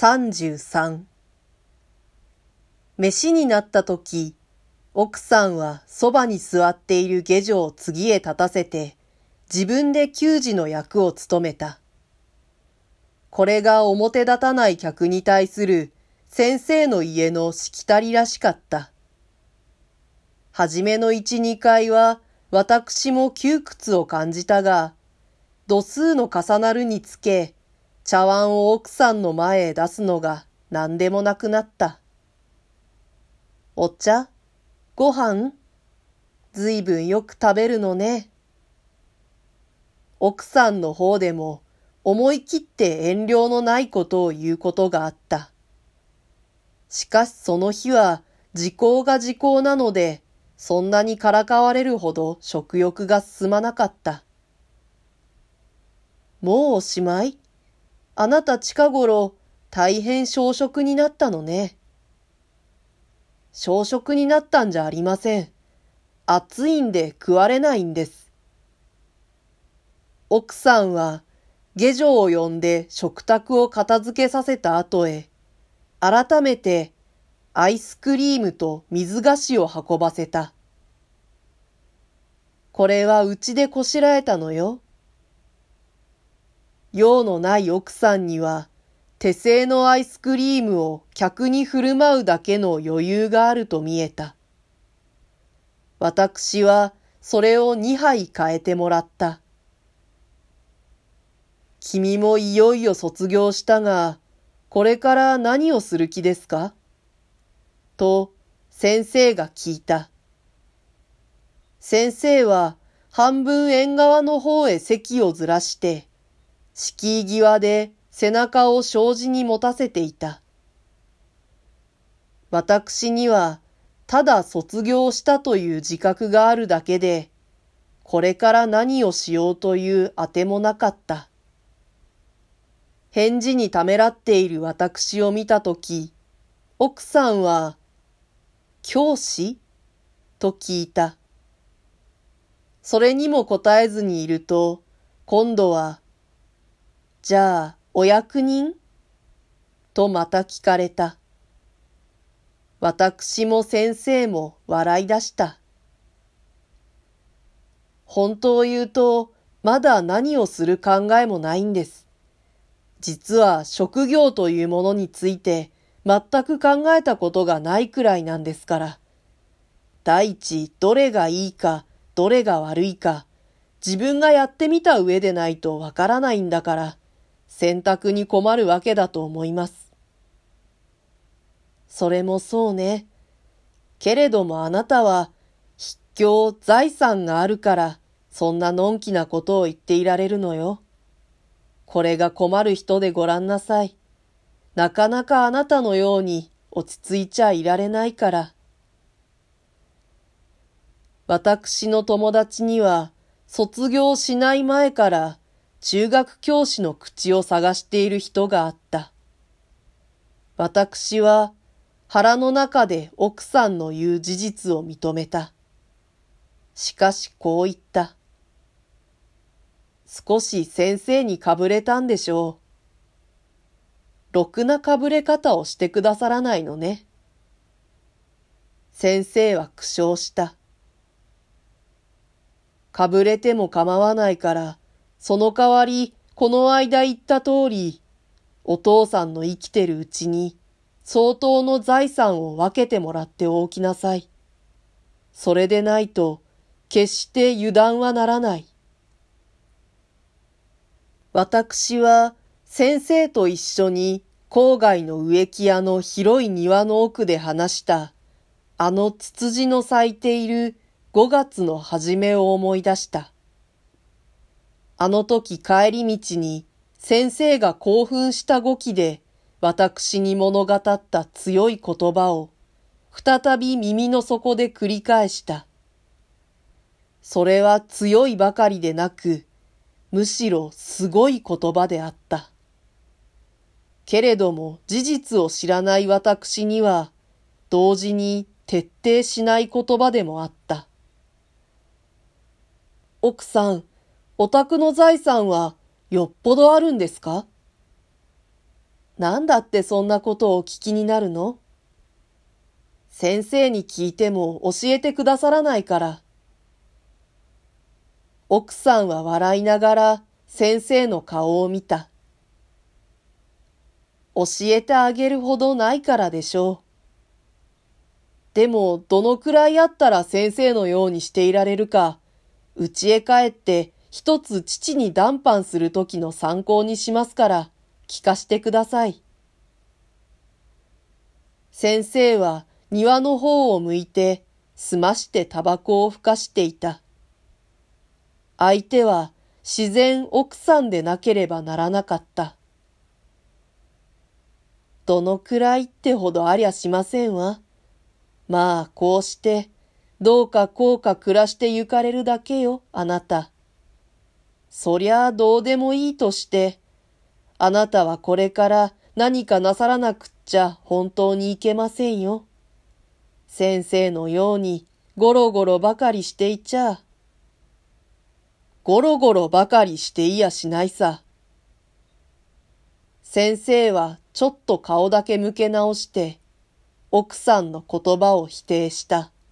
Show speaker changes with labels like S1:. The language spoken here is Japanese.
S1: 33飯になったとき、奥さんはそばに座っている下女を次へ立たせて、自分で給仕の役を務めた。これが表立たない客に対する先生の家のしきたりらしかった。はじめの1、2回は私も窮屈を感じたが、度数の重なるにつけ、茶碗を奥さんの前へ出すのが何でもなくなった。お茶？ご飯？ずいぶんよく食べるのね。奥さんの方でも思い切って遠慮のないことを言うことがあった。しかしその日は時効が時効なので、そんなにからかわれるほど食欲が進まなかった。もうおしまい？あなた近頃大変小食になったのね。小食になったんじゃありません。暑いんで食われないんです。奥さんは下女を呼んで食卓を片付けさせた後へ、改めてアイスクリームと水菓子を運ばせた。これはうちでこしらえたのよ。用のない奥さんには手製のアイスクリームを客に振る舞うだけの余裕があると見えた。私はそれを2杯変えてもらった。君もいよいよ卒業したが、これから何をする気ですか？と先生が聞いた。先生は半分縁側の方へ席をずらして、敷居際で背中を障子に持たせていた。私にはただ卒業したという自覚があるだけで、これから何をしようというあてもなかった。返事にためらっている私を見たとき、奥さんは、教師？と聞いた。それにも答えずにいると、今度は、じゃあ、お役人？とまた聞かれた。私も先生も笑い出した。本当を言うと、まだ何をする考えもないんです。実は職業というものについて全く考えたことがないくらいなんですから。第一、どれがいいか、どれが悪いか、自分がやってみた上でないとわからないんだから、選択に困るわけだと思います。それもそうね。けれどもあなたは、筆境、財産があるから、そんなのんきなことを言っていられるのよ。これが困る人でごらんなさい。なかなかあなたのように落ち着いちゃいられないから。私の友達には卒業しない前から中学教師の口を探している人があった。私は腹の中で奥さんの言う事実を認めた。しかしこう言った。少し先生にかぶれたんでしょう。ろくなかぶれ方をしてくださらないのね。先生は苦笑した。かぶれても構わないから、その代わりこの間言った通り、お父さんの生きてるうちに相当の財産を分けてもらっておきなさい。それでないと決して油断はならない。私は先生と一緒に郊外の植木屋の広い庭の奥で話したあのツツジの咲いている5月の初めを思い出した。あの時帰り道に先生が興奮した語気で私に物語った強い言葉を再び耳の底で繰り返した。それは強いばかりでなく、むしろすごい言葉であった。けれども事実を知らない私には、同時に徹底しない言葉でもあった。奥さん、お宅の財産はよっぽどあるんですか？ なんだってそんなことをお聞きになるの？先生に聞いても教えてくださらないから。奥さんは笑いながら先生の顔を見た。教えてあげるほどないからでしょう。でもどのくらいあったら先生のようにしていられるか、家へ帰って一つ父に談判するときの参考にしますから聞かしてください。先生は庭の方を向いてすましてタバコをふかしていた。相手は自然奥さんでなければならなかった。どのくらいってほどありゃしませんわ。まあこうしてどうかこうか暮らしてゆかれるだけよ、あなた。そりゃあどうでもいいとして、あなたはこれから何かなさらなくっちゃ本当にいけませんよ。先生のようにゴロゴロばかりしていちゃ。ゴロゴロばかりしていやしないさ。先生はちょっと顔だけ向け直して、奥さんの言葉を否定した。